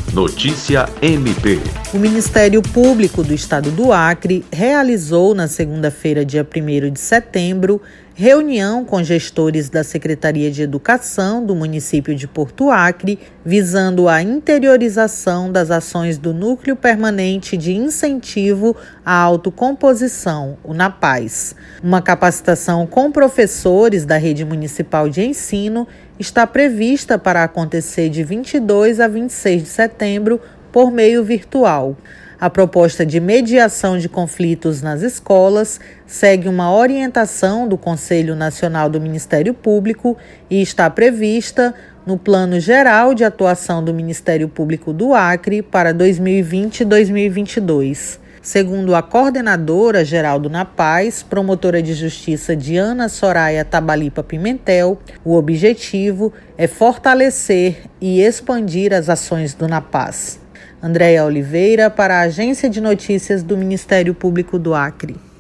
Notícia MP. O Ministério Público do Estado do Acre realizou na segunda-feira, dia 1º de setembro, reunião com gestores da Secretaria de Educação do município de Porto Acre, visando a interiorização das ações do Núcleo Permanente de Incentivo à Autocomposição, o NAPAS. Uma capacitação com professores da rede municipal de ensino está prevista para acontecer de 22 a 26 de setembro por meio virtual. A proposta de mediação de conflitos nas escolas segue uma orientação do Conselho Nacional do Ministério Público e está prevista no Plano Geral de Atuação do Ministério Público do Acre para 2020 e 2022. Segundo a coordenadora geral do NAPAS, promotora de justiça Diana Soraya Tabalipa Pimentel, o objetivo é fortalecer e expandir as ações do NAPAS. Andréia Oliveira, para a Agência de Notícias do Ministério Público do Acre.